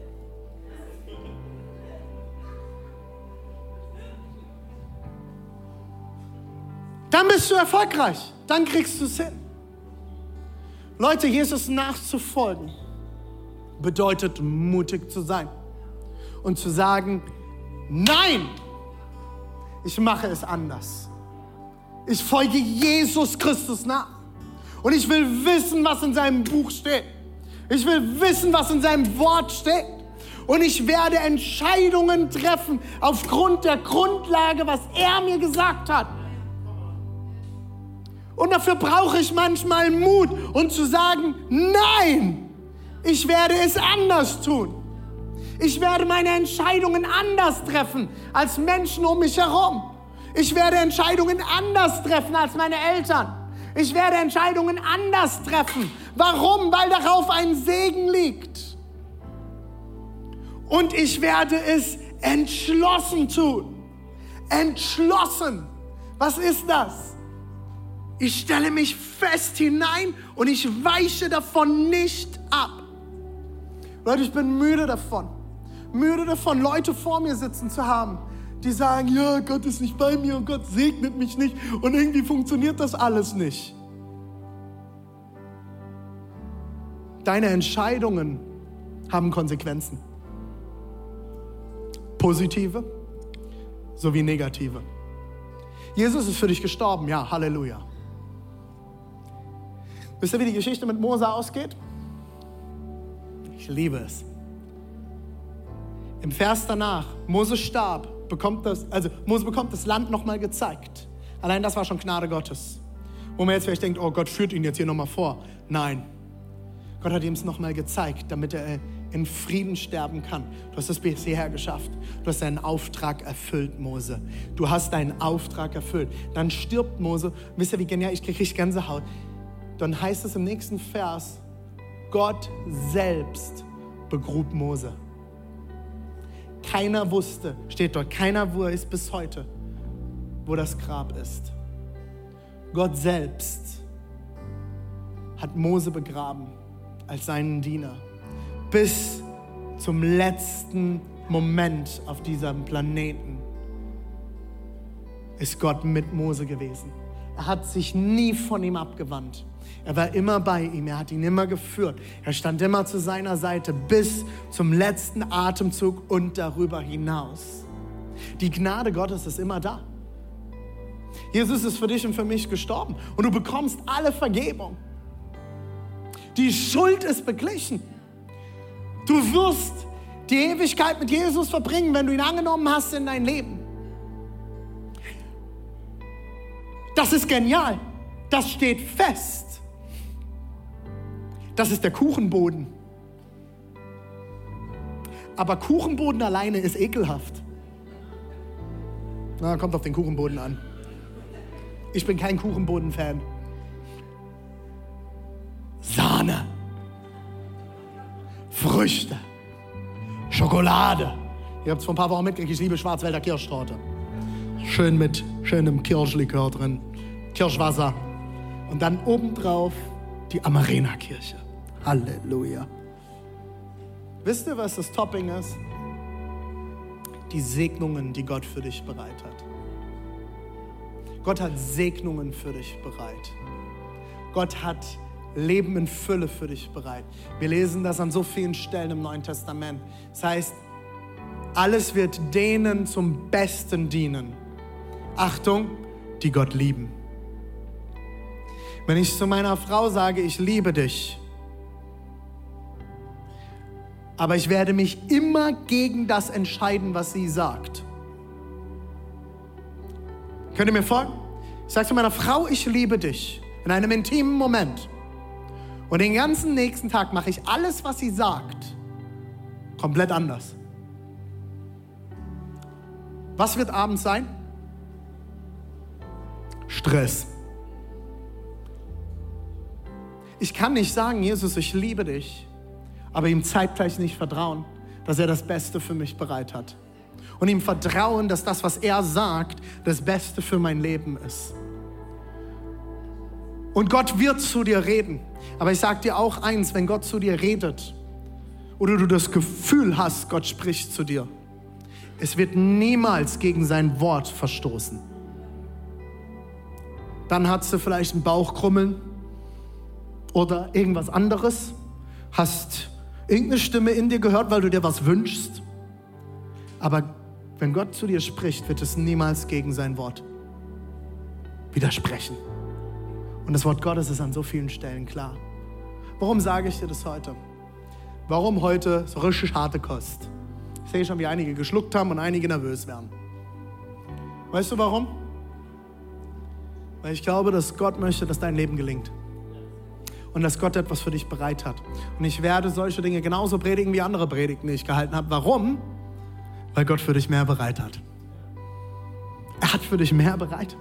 Dann bist du erfolgreich. Dann kriegst du es hin. Leute, Jesus nachzufolgen bedeutet, mutig zu sein. Und zu sagen, nein, ich mache es anders. Ich folge Jesus Christus nach. Und ich will wissen, was in seinem Buch steht. Ich will wissen, was in seinem Wort steht. Und ich werde Entscheidungen treffen aufgrund der Grundlage, was er mir gesagt hat. Und dafür brauche ich manchmal Mut und zu sagen, nein, ich werde es anders tun. Ich werde meine Entscheidungen anders treffen als Menschen um mich herum. Ich werde Entscheidungen anders treffen als meine Eltern. Ich werde Entscheidungen anders treffen. Warum? Weil darauf ein Segen liegt. Und ich werde es entschlossen tun. Entschlossen. Was ist das? Ich stelle mich fest hinein und ich weiche davon nicht ab. Leute, ich bin müde davon. Müde davon, Leute vor mir sitzen zu haben, die sagen, ja, Gott ist nicht bei mir und Gott segnet mich nicht und irgendwie funktioniert das alles nicht. Deine Entscheidungen haben Konsequenzen. Positive sowie negative. Jesus ist für dich gestorben, ja, Halleluja. Wisst ihr, wie die Geschichte mit Mose ausgeht? Ich liebe es. Im Vers danach, Mose starb, bekommt das, also Mose bekommt das Land nochmal gezeigt. Allein das war schon Gnade Gottes. Wo man jetzt vielleicht denkt, oh Gott führt ihn jetzt hier nochmal vor. Nein, Gott hat ihm es nochmal gezeigt, damit er in Frieden sterben kann. Du hast es bis hierher geschafft. Du hast deinen Auftrag erfüllt, Mose. Du hast deinen Auftrag erfüllt. Dann stirbt Mose. Wisst ihr, wie genial? Ich kriege richtig Gänsehaut. Dann heißt es im nächsten Vers, Gott selbst begrub Mose. Keiner wusste, steht dort, keiner, wo er ist bis heute, wo das Grab ist. Gott selbst hat Mose begraben als seinen Diener. Bis zum letzten Moment auf diesem Planeten ist Gott mit Mose gewesen. Er hat sich nie von ihm abgewandt. Er war immer bei ihm, er hat ihn immer geführt. Er stand immer zu seiner Seite bis zum letzten Atemzug und darüber hinaus. Die Gnade Gottes ist immer da. Jesus ist für dich und für mich gestorben und du bekommst alle Vergebung. Die Schuld ist beglichen. Du wirst die Ewigkeit mit Jesus verbringen, wenn du ihn angenommen hast in dein Leben. Das ist genial. Das steht fest. Das ist der Kuchenboden. Aber Kuchenboden alleine ist ekelhaft. Na, kommt auf den Kuchenboden an. Ich bin kein Kuchenboden-Fan. Sahne, Früchte, Schokolade. Ihr habt es vor ein paar Wochen mitgekriegt, ich liebe Schwarzwälder Kirschtorte. Schön mit schönem Kirschlikör drin, Kirschwasser. Und dann obendrauf die Amarena-Kirche. Halleluja. Wisst ihr, was das Topping ist? Die Segnungen, die Gott für dich bereit hat. Gott hat Segnungen für dich bereit. Gott hat Leben in Fülle für dich bereit. Wir lesen das an so vielen Stellen im Neuen Testament. Das heißt, alles wird denen zum Besten dienen. Achtung, die Gott lieben. Wenn ich zu meiner Frau sage, ich liebe dich, aber ich werde mich immer gegen das entscheiden, was sie sagt. Könnt ihr mir folgen? Ich sage zu meiner Frau, ich liebe dich, in einem intimen Moment. Und den ganzen nächsten Tag mache ich alles, was sie sagt, komplett anders. Was wird abends sein? Stress. Ich kann nicht sagen, Jesus, ich liebe dich, aber ihm zeitgleich nicht vertrauen, dass er das Beste für mich bereit hat. Und ihm vertrauen, dass das, was er sagt, das Beste für mein Leben ist. Und Gott wird zu dir reden. Aber ich sage dir auch eins, wenn Gott zu dir redet oder du das Gefühl hast, Gott spricht zu dir, es wird niemals gegen sein Wort verstoßen. Dann hast du vielleicht ein Bauchkrummeln oder irgendwas anderes, hast irgendeine Stimme in dir gehört, weil du dir was wünschst. Aber wenn Gott zu dir spricht, wird es niemals gegen sein Wort widersprechen. Und das Wort Gottes ist an so vielen Stellen klar. Warum sage ich dir das heute? Warum heute so richtig harte Kost? Ich sehe schon, wie einige geschluckt haben und einige nervös werden. Weißt du warum? Weil ich glaube, dass Gott möchte, dass dein Leben gelingt. Und dass Gott etwas für dich bereit hat. Und ich werde solche Dinge genauso predigen wie andere Predigten, die ich gehalten habe. Warum? Weil Gott für dich mehr bereit hat. Er hat für dich mehr bereit.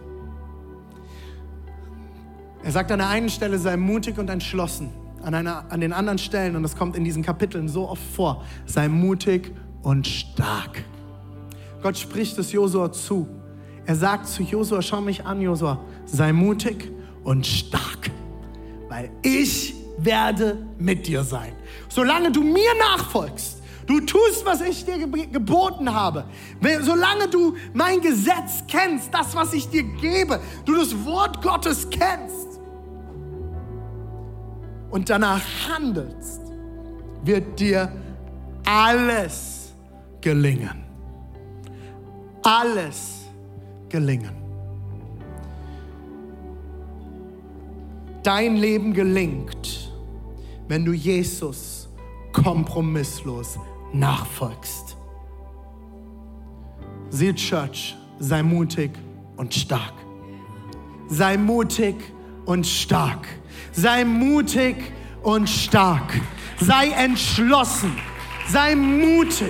Er sagt an der einen Stelle, sei mutig und entschlossen. An, einer, an den anderen Stellen, und das kommt in diesen Kapiteln so oft vor, sei mutig und stark. Gott spricht es Josua zu. Er sagt zu Josua, schau mich an, Josua, sei mutig und stark, weil ich werde mit dir sein. Solange du mir nachfolgst, du tust, was ich dir geboten habe, solange du mein Gesetz kennst, das, was ich dir gebe, du das Wort Gottes kennst und danach handelst, wird dir alles gelingen. Alles gelingen. Dein Leben gelingt, wenn du Jesus kompromisslos nachfolgst. Seal Church, sei mutig und stark. Sei mutig und stark. Sei mutig und stark. Sei entschlossen. Sei mutig.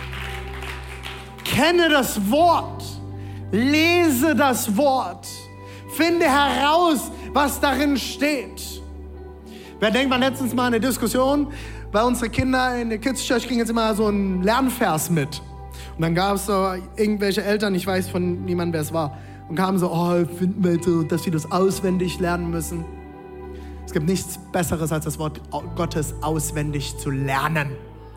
Kenne das Wort. Lese das Wort. Finde heraus, was darin steht. Wer denkt, man letztens mal eine Diskussion, bei unseren Kindern in der Kids Church kriegen jetzt immer so einen Lernvers mit. Und dann gab es so irgendwelche Eltern, ich weiß von niemandem, wer es war, und kamen so, oh, finden wir so, dass sie das auswendig lernen müssen. Es gibt nichts Besseres, als das Wort Gottes auswendig zu lernen.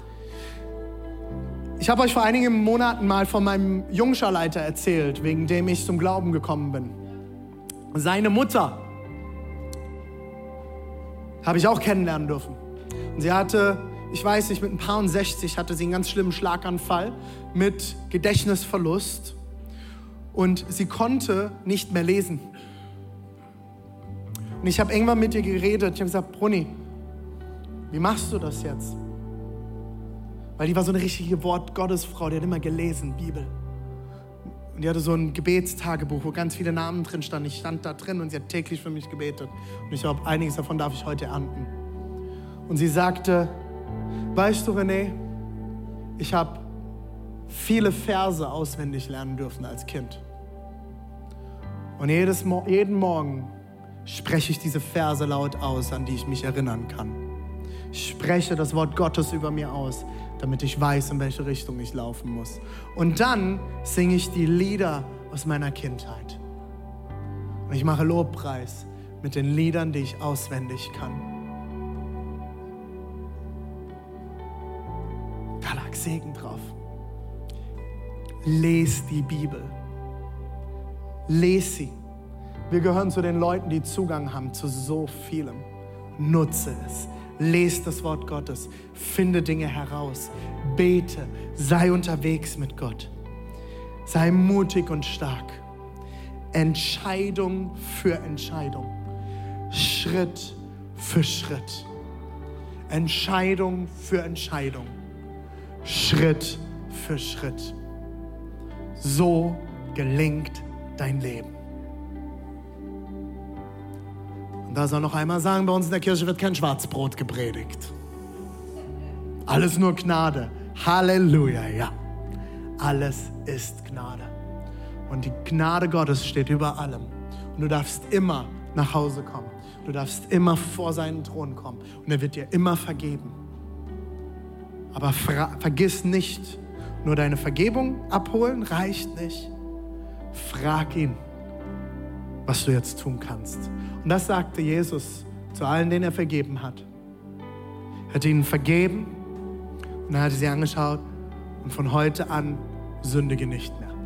Ich habe euch vor einigen Monaten mal von meinem Jungscharleiter erzählt, wegen dem ich zum Glauben gekommen bin. Seine Mutter habe ich auch kennenlernen dürfen. Und sie hatte, ich weiß nicht, mit ein paar und sechzig hatte sie einen ganz schlimmen Schlaganfall mit Gedächtnisverlust. Und sie konnte nicht mehr lesen. Und ich habe irgendwann mit ihr geredet. Ich habe gesagt, Bruni, wie machst du das jetzt? Weil die war so eine richtige Wort-Gottes-Frau, die hat immer gelesen, Bibel. Und die hatte so ein Gebetstagebuch, wo ganz viele Namen drin standen. Ich stand da drin und sie hat täglich für mich gebetet. Und ich glaube, einiges davon darf ich heute ernten. Und sie sagte, weißt du, René, ich habe viele Verse auswendig lernen dürfen als Kind. Und jedes Mo- jeden Morgen spreche ich diese Verse laut aus, an die ich mich erinnern kann. Ich spreche das Wort Gottes über mir aus, damit ich weiß, in welche Richtung ich laufen muss. Und dann singe ich die Lieder aus meiner Kindheit. Und ich mache Lobpreis mit den Liedern, die ich auswendig kann. Da lag Segen drauf. Les die Bibel. Les sie. Wir gehören zu den Leuten, die Zugang haben zu so vielem. Nutze es. Lese das Wort Gottes. Finde Dinge heraus. Bete. Sei unterwegs mit Gott. Sei mutig und stark. Entscheidung für Entscheidung. Schritt für Schritt. Entscheidung für Entscheidung. Schritt für Schritt. So gelingt dein Leben. Und da soll noch einmal sagen, bei uns in der Kirche wird kein Schwarzbrot gepredigt. Alles nur Gnade. Halleluja, ja. Alles ist Gnade. Und die Gnade Gottes steht über allem. Und du darfst immer nach Hause kommen. Du darfst immer vor seinen Thron kommen. Und er wird dir immer vergeben. Aber fra- vergiss nicht, nur deine Vergebung abholen reicht nicht. Frag ihn, was du jetzt tun kannst. Und das sagte Jesus zu allen, denen er vergeben hat. Er hat ihnen vergeben und dann hat er sie angeschaut und von heute an sündige nicht mehr.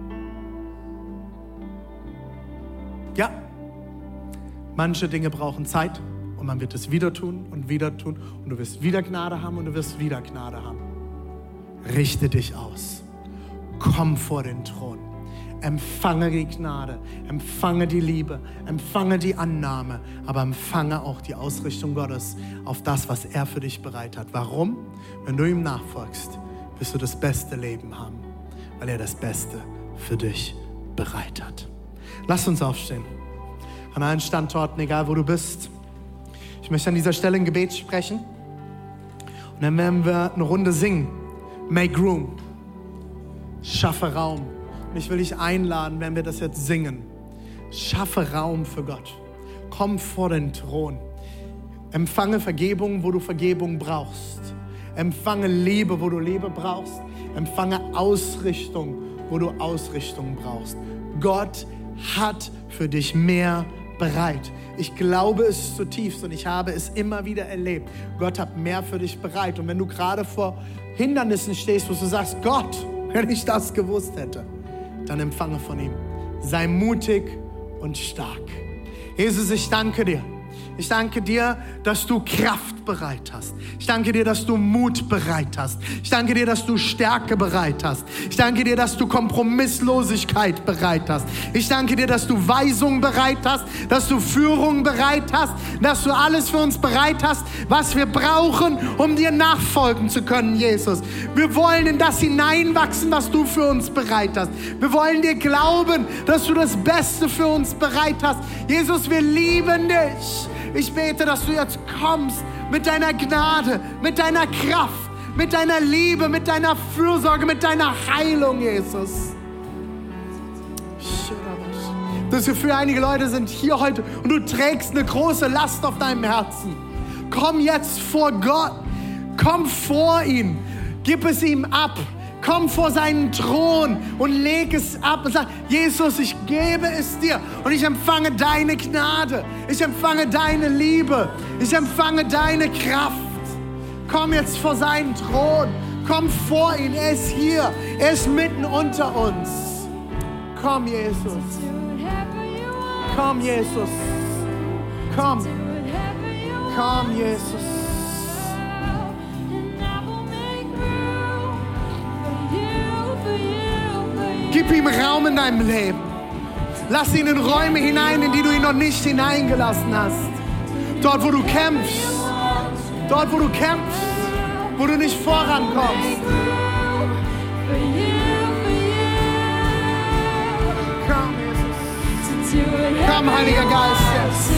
Ja, manche Dinge brauchen Zeit und man wird es wieder tun und wieder tun und du wirst wieder Gnade haben und du wirst wieder Gnade haben. Richte dich aus. Komm vor den Thron. Empfange die Gnade, empfange die Liebe, empfange die Annahme, aber empfange auch die Ausrichtung Gottes auf das, was er für dich bereit hat. Warum? Wenn du ihm nachfolgst, wirst du das beste Leben haben, weil er das Beste für dich bereit hat. Lass uns aufstehen. An allen Standorten, egal wo du bist. Ich möchte an dieser Stelle ein Gebet sprechen und dann werden wir eine Runde singen. Make room. Schaffe Raum. Und ich will dich einladen, wenn wir das jetzt singen. Schaffe Raum für Gott. Komm vor den Thron. Empfange Vergebung, wo du Vergebung brauchst. Empfange Liebe, wo du Liebe brauchst. Empfange Ausrichtung, wo du Ausrichtung brauchst. Gott hat für dich mehr bereit. Ich glaube es zutiefst und ich habe es immer wieder erlebt. Gott hat mehr für dich bereit. Und wenn du gerade vor Hindernissen stehst, wo du sagst, Gott, wenn ich das gewusst hätte, dann empfange von ihm. Sei mutig und stark. Jesus, ich danke dir. Ich danke dir, dass du Kraft bereit hast. Ich danke dir, dass du Mut bereit hast. Ich danke dir, dass du Stärke bereit hast. Ich danke dir, dass du Kompromisslosigkeit bereit hast. Ich danke dir, dass du Weisung bereit hast, dass du Führung bereit hast, dass du alles für uns bereit hast, was wir brauchen, um dir nachfolgen zu können, Jesus. Wir wollen in das hineinwachsen, was du für uns bereit hast. Wir wollen dir glauben, dass du das Beste für uns bereit hast. Jesus, wir lieben dich. Ich bete, dass du jetzt kommst mit deiner Gnade, mit deiner Kraft, mit deiner Liebe, mit deiner Fürsorge, mit deiner Heilung, Jesus. Das für einige Leute sind hier heute und du trägst eine große Last auf deinem Herzen. Komm jetzt vor Gott. Komm vor ihn. Gib es ihm ab. Komm vor seinen Thron und leg es ab und sag, Jesus, ich gebe es dir und ich empfange deine Gnade. Ich empfange deine Liebe. Ich empfange deine Kraft. Komm jetzt vor seinen Thron. Komm vor ihn. Er ist hier. Er ist mitten unter uns. Komm, Jesus. Komm, Jesus. Komm. Komm, Jesus. Gib ihm Raum in deinem Leben. Lass ihn in Räume hinein, in die du ihn noch nicht hineingelassen hast. Dort, wo du kämpfst. Dort, wo du kämpfst. Wo du nicht vorankommst. Komm, Jesus. Komm, Heiliger Geist, jetzt.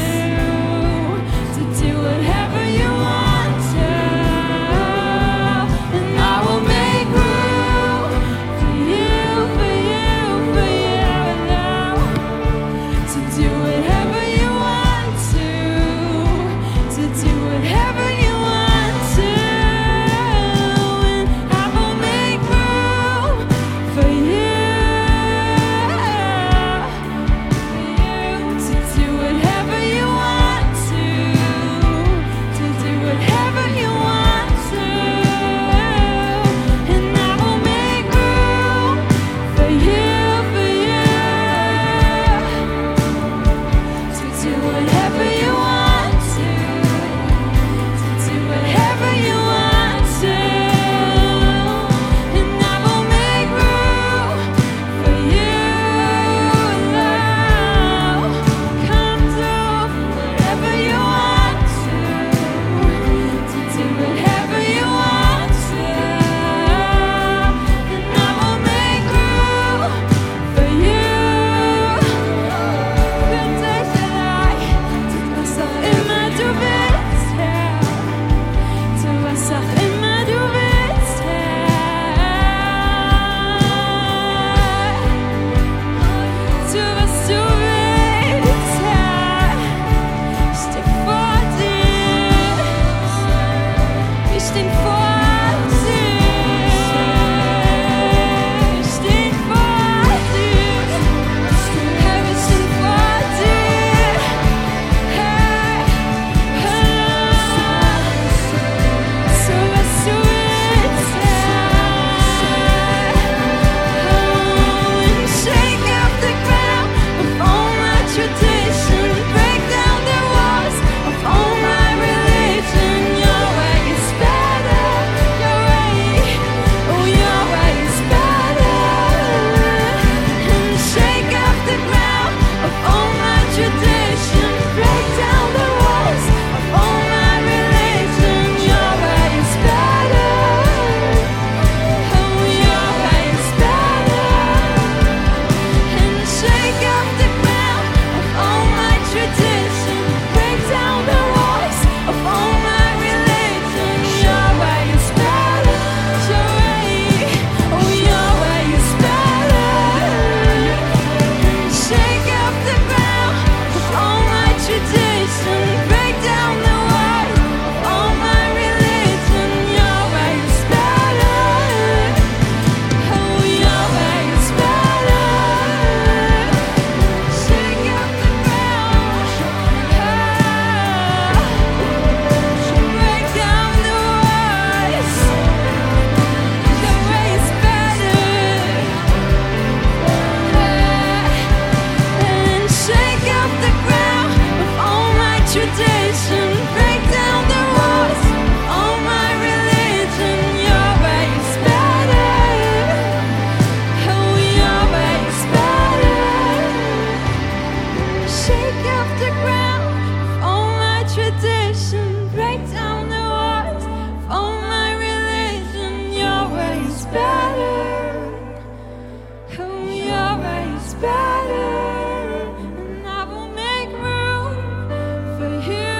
better, and I will make room for you.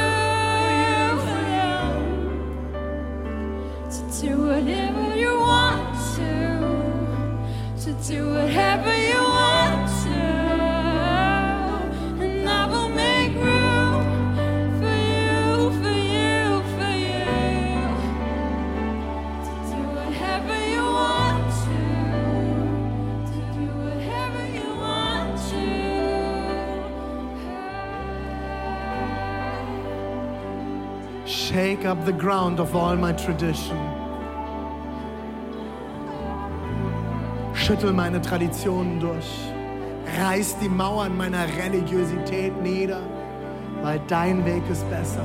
Shake up the ground of all my tradition. Schüttel meine Traditionen durch. Reiß die Mauern meiner Religiosität nieder, weil dein Weg ist besser.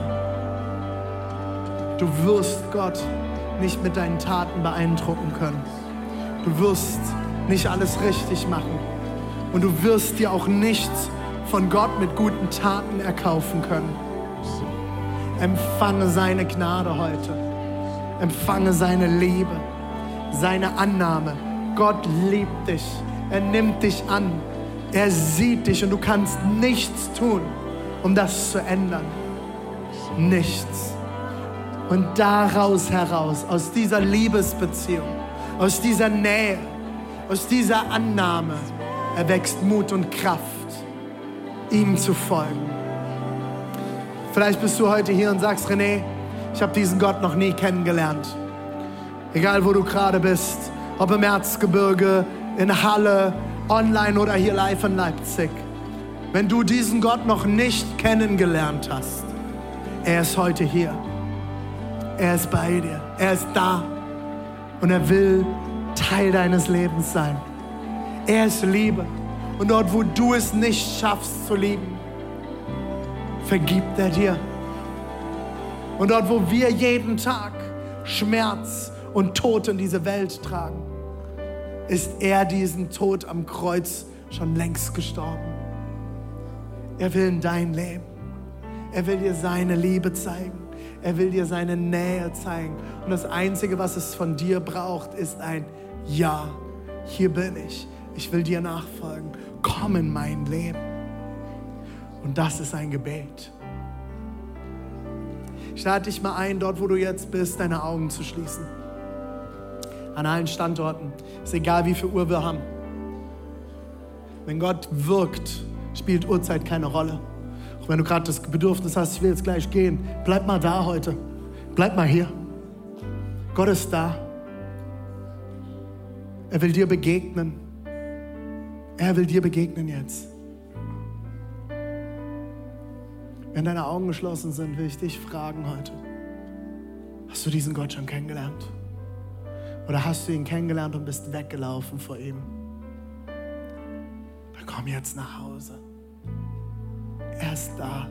Du wirst Gott nicht mit deinen Taten beeindrucken können. Du wirst nicht alles richtig machen. Und du wirst dir auch nichts von Gott mit guten Taten erkaufen können. Empfange seine Gnade heute. Empfange seine Liebe, seine Annahme. Gott liebt dich. Er nimmt dich an. Er sieht dich und du kannst nichts tun, um das zu ändern. Nichts. Und daraus heraus, aus dieser Liebesbeziehung, aus dieser Nähe, aus dieser Annahme, erwächst Mut und Kraft, ihm zu folgen. Vielleicht bist du heute hier und sagst, René, ich habe diesen Gott noch nie kennengelernt. Egal, wo du gerade bist, ob im Erzgebirge, in Halle, online oder hier live in Leipzig. Wenn du diesen Gott noch nicht kennengelernt hast, er ist heute hier. Er ist bei dir. Er ist da. Und er will Teil deines Lebens sein. Er ist Liebe. Und dort, wo du es nicht schaffst zu lieben, vergibt er dir. Und dort, wo wir jeden Tag Schmerz und Tod in diese Welt tragen, ist er diesen Tod am Kreuz schon längst gestorben. Er will in dein Leben. Er will dir seine Liebe zeigen. Er will dir seine Nähe zeigen. Und das Einzige, was es von dir braucht, ist ein Ja. Hier bin ich. Ich will dir nachfolgen. Komm in mein Leben. Und das ist ein Gebet. Ich lade dich mal ein, dort, wo du jetzt bist, deine Augen zu schließen. An allen Standorten. Ist egal, wie viel Uhr wir haben. Wenn Gott wirkt, spielt Uhrzeit keine Rolle. Auch wenn du gerade das Bedürfnis hast, ich will jetzt gleich gehen, bleib mal da heute. Bleib mal hier. Gott ist da. Er will dir begegnen. Er will dir begegnen jetzt. Wenn deine Augen geschlossen sind, will ich dich fragen heute. Hast du diesen Gott schon kennengelernt? Oder hast du ihn kennengelernt und bist weggelaufen vor ihm? Dann komm jetzt nach Hause. Er ist da.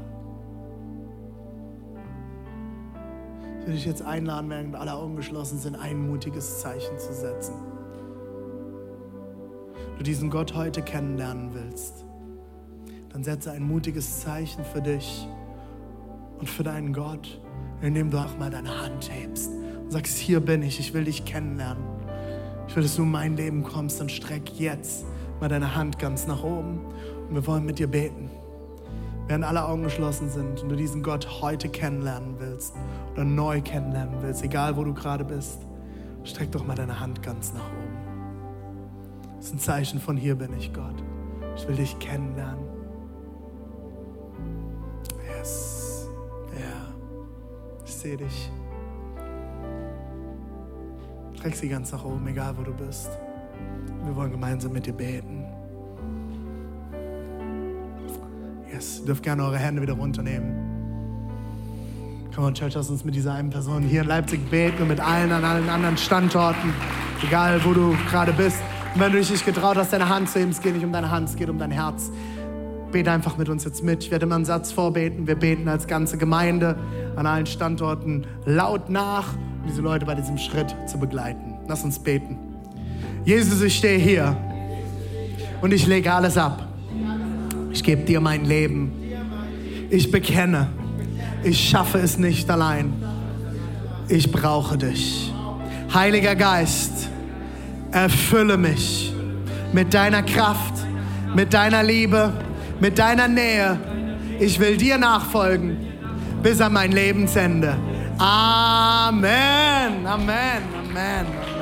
Ich will dich jetzt einladen, während alle Augen geschlossen sind, ein mutiges Zeichen zu setzen. Wenn du diesen Gott heute kennenlernen willst, dann setze ein mutiges Zeichen für dich und für deinen Gott, indem du auch mal deine Hand hebst und sagst, hier bin ich, ich will dich kennenlernen. Ich will, dass du in mein Leben kommst, dann streck jetzt mal deine Hand ganz nach oben und wir wollen mit dir beten. Während alle Augen geschlossen sind und du diesen Gott heute kennenlernen willst oder neu kennenlernen willst, egal wo du gerade bist, streck doch mal deine Hand ganz nach oben. Das ist ein Zeichen von hier bin ich, Gott. Ich will dich kennenlernen. Yes. Ja. Ich sehe dich. Streck sie ganz nach oben, egal wo du bist. Wir wollen gemeinsam mit dir beten. Yes, ihr dürft gerne eure Hände wieder runternehmen. Come on, Church, lass uns mit dieser einen Person hier in Leipzig beten und mit allen an allen anderen Standorten, egal wo du gerade bist. Und wenn du dich nicht getraut hast, deine Hand zu heben, es geht nicht um deine Hand, es geht um dein Herz. Bete einfach mit uns jetzt mit. Ich werde immer einen Satz vorbeten. Wir beten als ganze Gemeinde an allen Standorten laut nach, um diese Leute bei diesem Schritt zu begleiten. Lass uns beten. Jesus, ich stehe hier und ich lege alles ab. Ich gebe dir mein Leben. Ich bekenne, ich schaffe es nicht allein. Ich brauche dich. Heiliger Geist, erfülle mich mit deiner Kraft, mit deiner Liebe, mit deiner Nähe. Ich will dir nachfolgen bis an mein Lebensende. Amen, Amen, Amen.